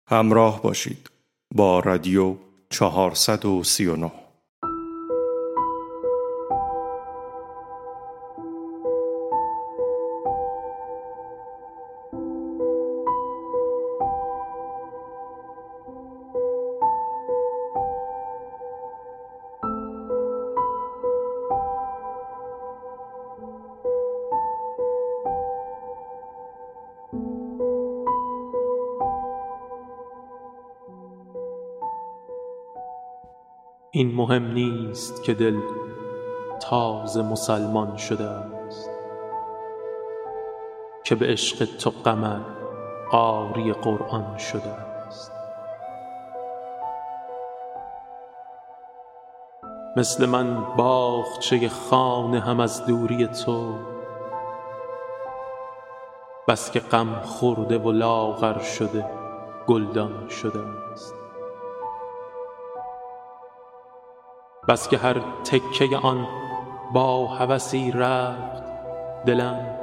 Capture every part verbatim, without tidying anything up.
همراه باشید با رادیو چهارصد و سی و نه. این مهم نیست که دل تازه مسلمان شده است، که به عشق تو قمر قاری قرآن شده است. مثل من باغچه خانه هم از دوری تو، بس که غم خورده و لاغر شده گلدان شده است. بس که هر تکه آن با هوسی رفت دلم،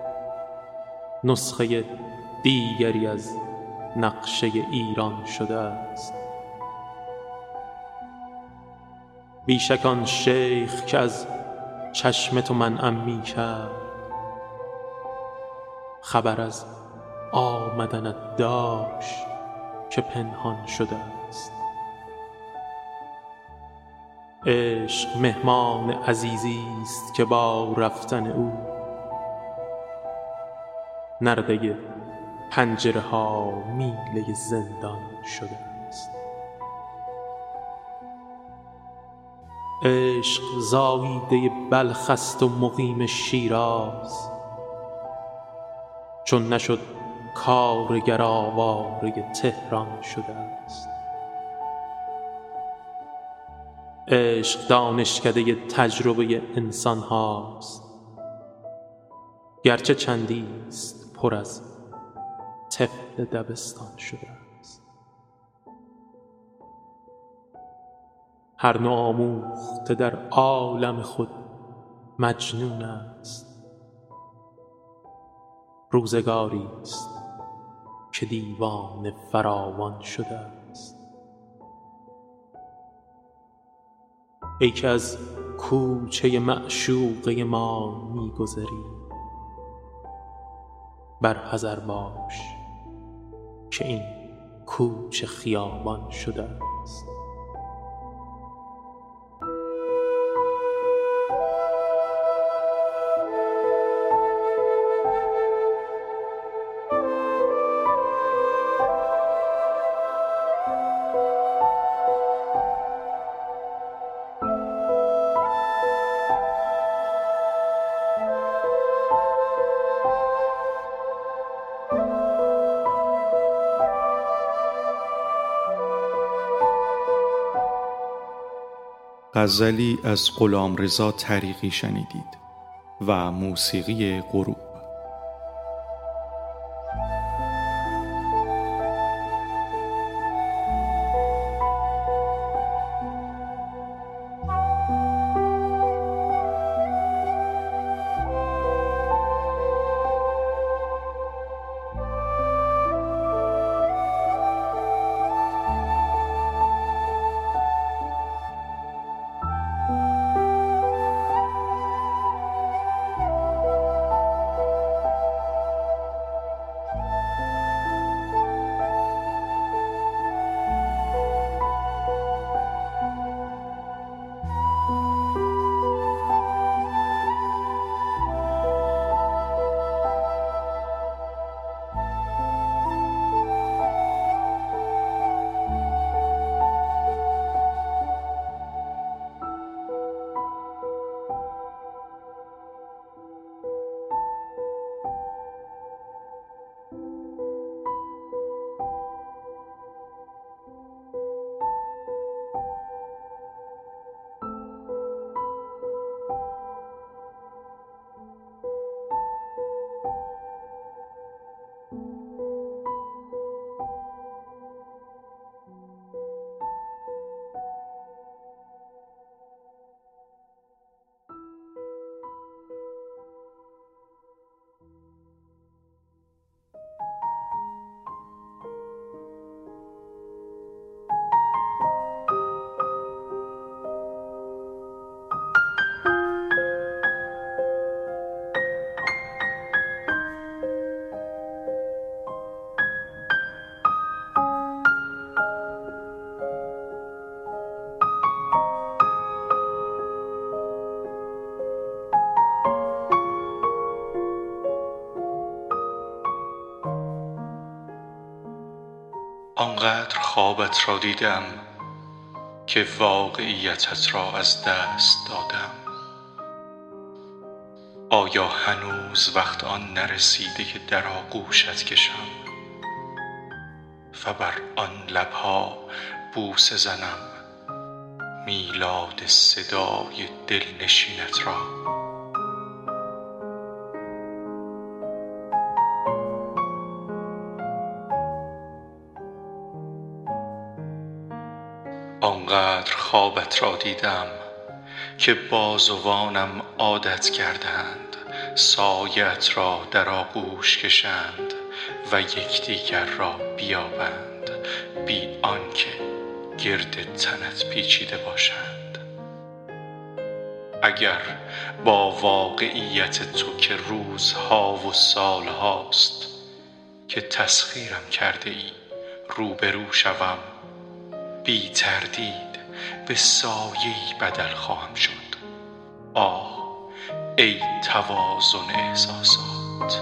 نسخه دیگری از نقشه ایران شده است. بیشک آن شیخ که از چشم تو منعم می کرد، خبر از آمدنت داشت که پنهان شده است. عشق مهمان عزیزی است که با رفتن او، نرده پنجره ها میله زندان شده است. عشق زاییده بلخ است و مقیم شیراز، چون نشد کارگر آواره تهران شده است. عشق دانشکده تجربه انسان هاست، گرچه چندیست پر از طفل دبستان شده است. هر نوع آموخته در عالم خود مجنون است، روزگاری است که دیوانه فراوان شده است. ای که از کوچه معشوقه ما می‌گذری، بر حذر باش که این کوچه خیابان شده است. غزلی از غلامرضا طریقی شنیدید و موسیقی غروب. آنقدر خوابت را دیدم که واقعیتت را از دست دادم. آیا هنوز وقت آن نرسیده که در آغوشت کشم و بر آن لبها بوسه زنم میلاد صدای دلنشینت را؟ آنقدر خوابت را دیدم که بازوانم عادت کردند سایه‌ات را در آغوش کشند و یکدیگر را بیابند بی آنکه گرد تنت پیچیده باشند. اگر با واقعیت تو که روزها و سالهاست که تسخیرم کرده ای روبرو شوم، بی تردید به سایه‌ای بدل خواهم شد. آه ای توازن احساسات!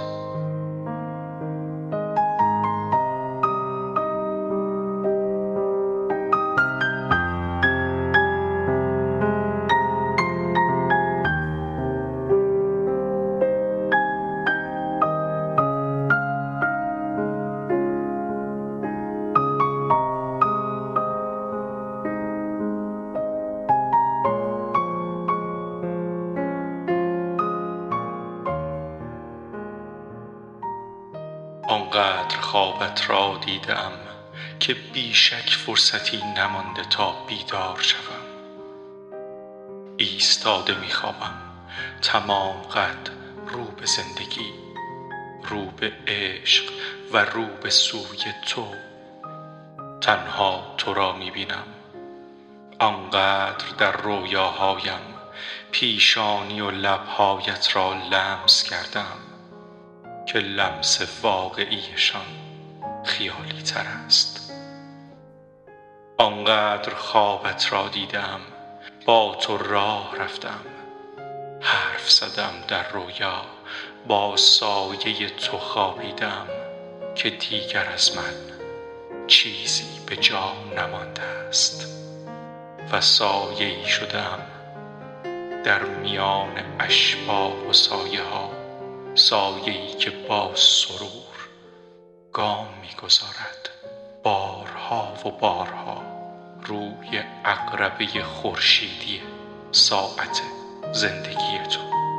آنقدر خوابت را دیدم که بیشک فرصتی نمانده تا بیدار شوم. ایستاده می خوابم تمام قد رو به زندگی، رو به عشق و رو به سوی تو. تنها تو را می بینم. آنقدر در رویاهایم پیشانی و لبهایت را لمس کردم که لمس واقعیشان خیالی تر است. آنقدر خوابت را دیدم با تو راه رفتم، حرف زدم در رویا، با سایه تو خوابیدم که دیگر از من چیزی به جا نمانده است و سایه‌ای شدم در میان اشباح و سایه ها، سایه‌ای که با سرور گام می‌گذارد بارها و بارها روی عقربه خورشیدی ساعت زندگی تو.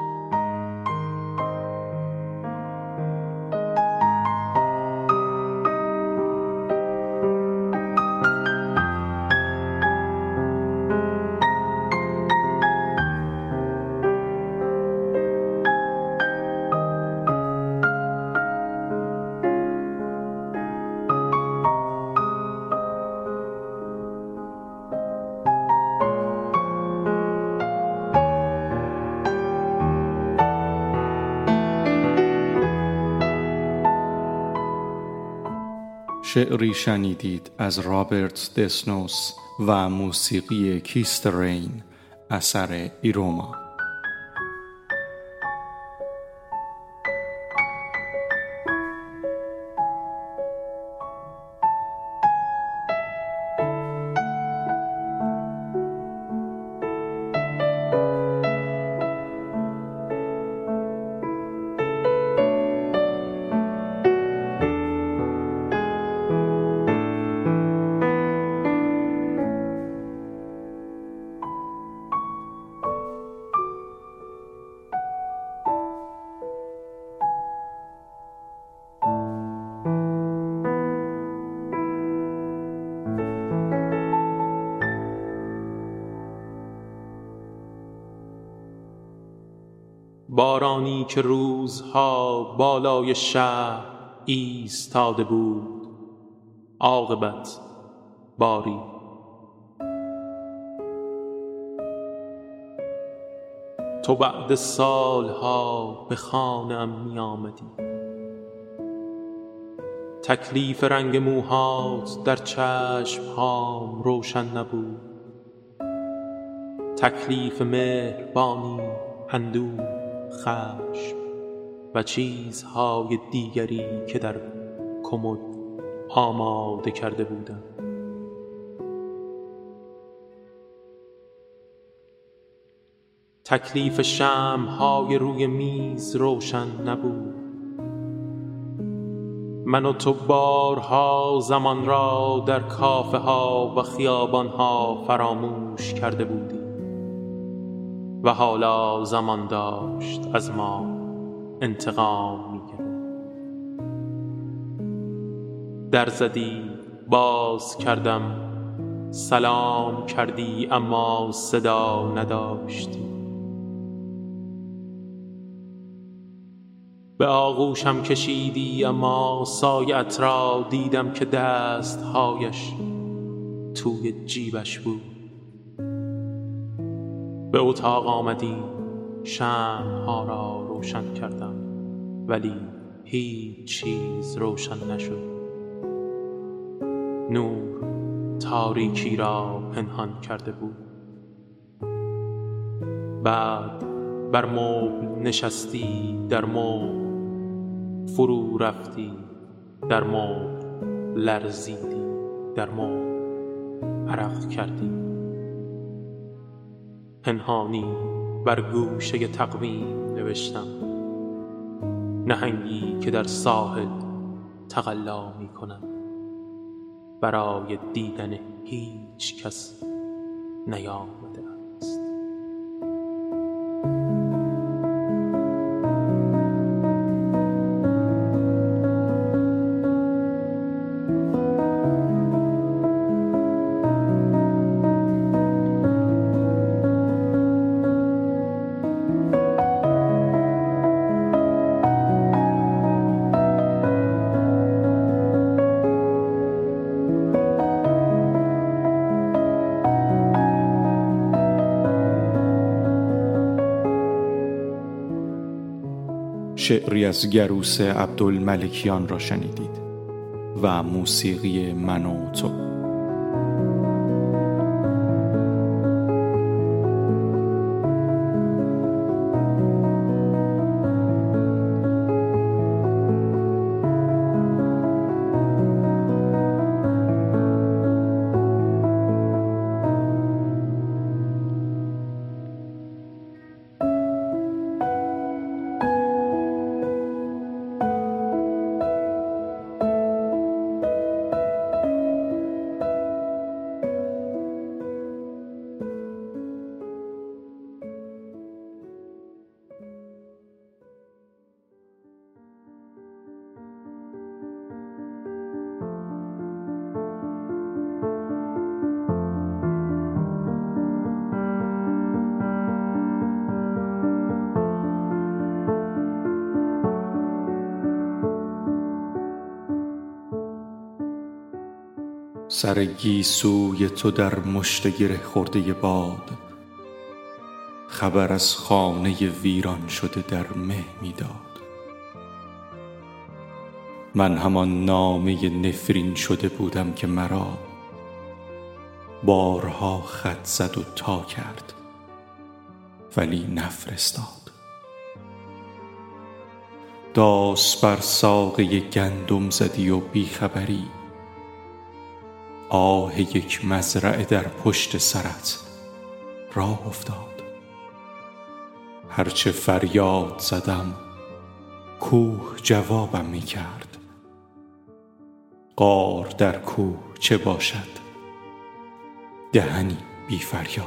شعری شنیدید از رابرت دسنوس و موسیقی کیس د رین اثر ایروما. بارانی که روزها بالای شهر ایستاده بود، عاقبت باری. تو بعد سالها به خانه‌ام می آمدی، تکلیف رنگ موهات در چشمهام روشن نبود، تکلیف مهربانی، اندوه، خشم و چیزهای دیگری که در کمد آماده کرده بودم. تکلیف شمع‌های روی میز روشن نبود. من و تو بارها زمان را در کافه ها و خیابان ها فراموش کرده بودیم و حالا زمان داشت از ما انتقام می‌گرفت. در زدی، باز کردم، سلام کردی اما صدا نداشتی. به آغوشم کشیدی اما سایت را دیدم که دستهایش توی جیبش بود. به اتاق آمدی، شمع‌ها را روشن کردم ولی هیچ چیز روشن نشد. نور تاریکی را پنهان کرده بود. بعد بر مبل نشستی، در مبل فرو رفتی، در مبل لرزیدی، در مبل عرق کردی. پنهانی بر گوشه تقویم نوشتم، نهنگی که در ساحل تقلا می کند، برای دیدن هیچ کس نیامده است. شعری از گروس عبدالملکیان را شنیدید و موسیقی من و تو. سر گیسوی تو در مشت گره خورده باد، خبر از خانه ویران شده در مه میداد. من همان نامه نفرین شده بودم که مرا بارها خط زد و تا کرد ولی نفرستاد. داس بر ساقه گندم زدی و بیخبری، آه یک مزرعه در پشت سرت راه افتاد. هرچه فریاد زدم کوه جوابم می کرد. غار در کوه چه باشد، دهنی بی فریاد.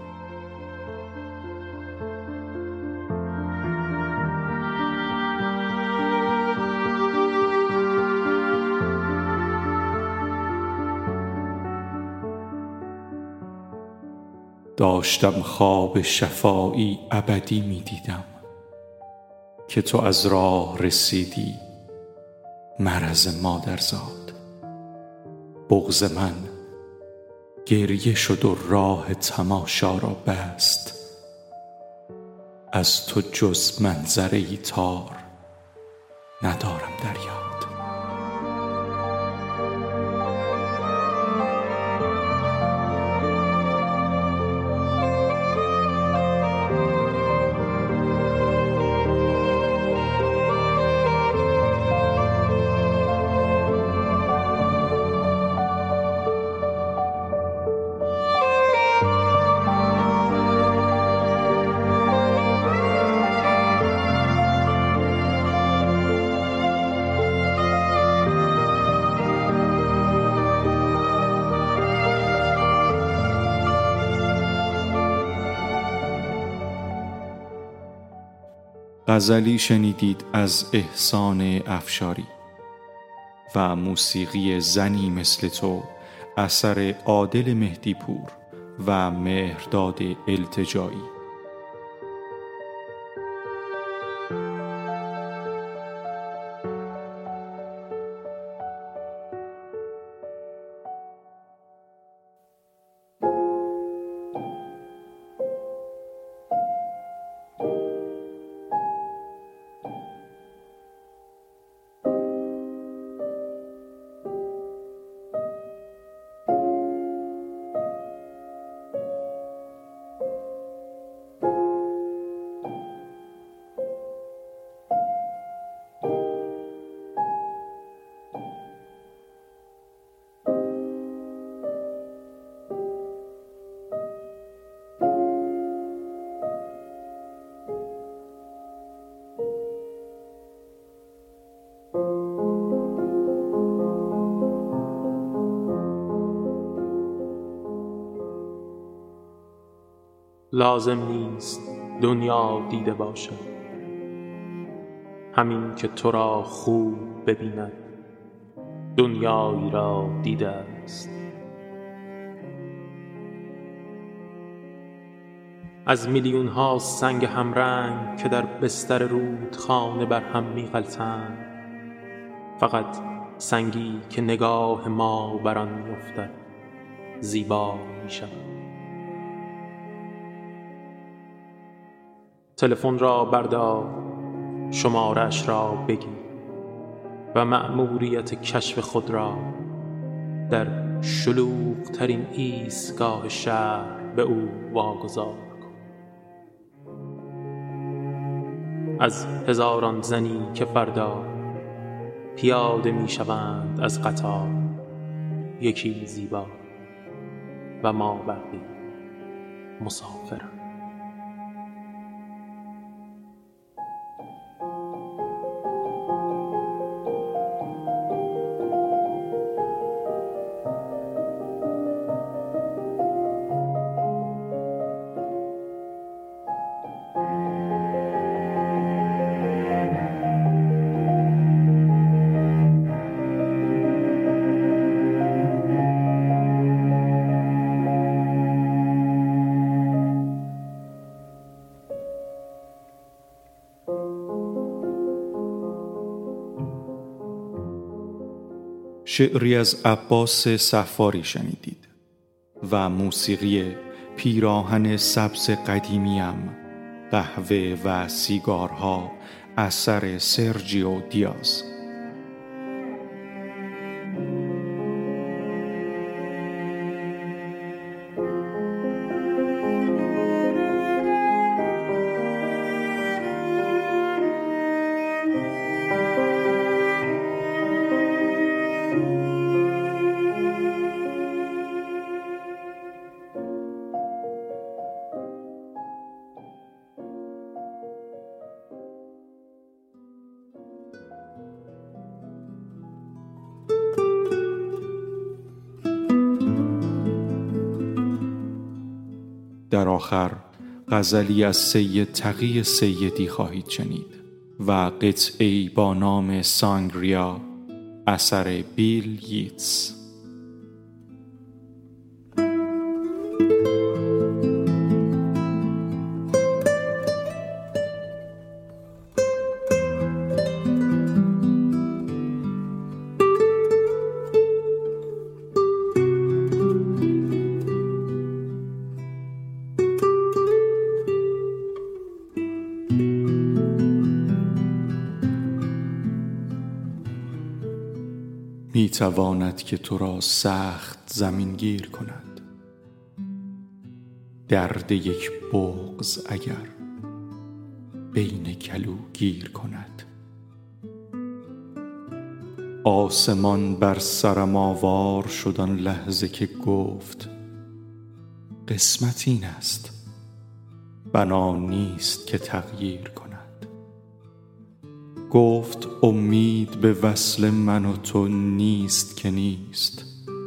داشتم خواب شفایی ابدی می دیدم که تو از راه رسیدی، مرض مادر زاد. بغض من گریه شد و راه تماشا را بست. از تو جز منظره‌ای تار ندارم در یاد. غزلی شنیدید از احسان افشاری و موسیقی زنی مثل تو اثر عادل مهدی پور و مهرداد التجایی. لازم نیست دنیا دیده باشد، همین که تو را خوب ببیند دنیایی را دیده است. از میلیون ها سنگ همرنگ که در بستر رودخانه بر هم می‌غلطند، فقط سنگی که نگاه ما بر آن می‌افتد زیبا می‌شود. تلفن را بردار، شماره‌اش را بگیر و مأموریت کشف خود را در شلوغ‌ترین ایستگاه شهر به او واگذار کن. از هزاران زنی که فردا پیاده می‌شوند از قطار، یکی زیبا و ما بقیه مسافرند. شعری از عباس صفاری شنیدید و موسیقی پیراهن سبز قدیمیم، قهوه و سیگارها اثر سرجیو دیاز. در آخر غزلی از سید تقی سیدی خواهید شنید و قطعه‌ای با نام سانگریا اثر بیل ییتس. می تواند که تو را سخت زمین گیر کند، درد یک بغض اگر بین کلو گیر کند. آسمان بر سرم آوار شد آن لحظه که گفت قسمت این است، بنا نیست که تغییر کند. گفت امید به وصل من و تو نیست که نیست،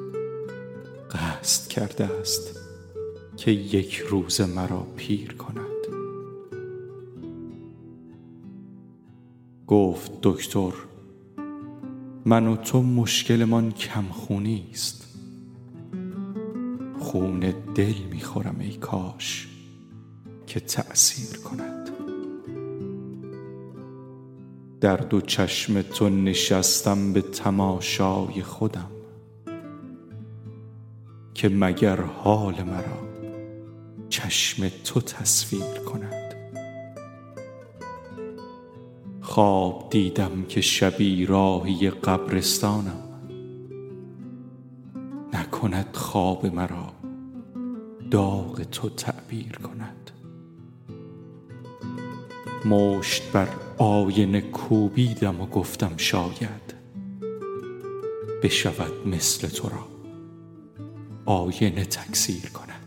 قصد کرده است که یک روز مرا پیر کند. گفت دکتر من و تو مشکلمان کم خونی است. خون دل میخورم ای کاش که تأثیر کند. در دو چشم تو نشستم به تماشای خودم که مگر حال مرا چشم تو تصویر کند. خواب دیدم که شبی راهی قبرستانم، نکند خواب مرا داغ تو تعبیر کند. مشت بر آینه کوبیدم و گفتم شاید بشود مثل تو را آینه تکثیر کند.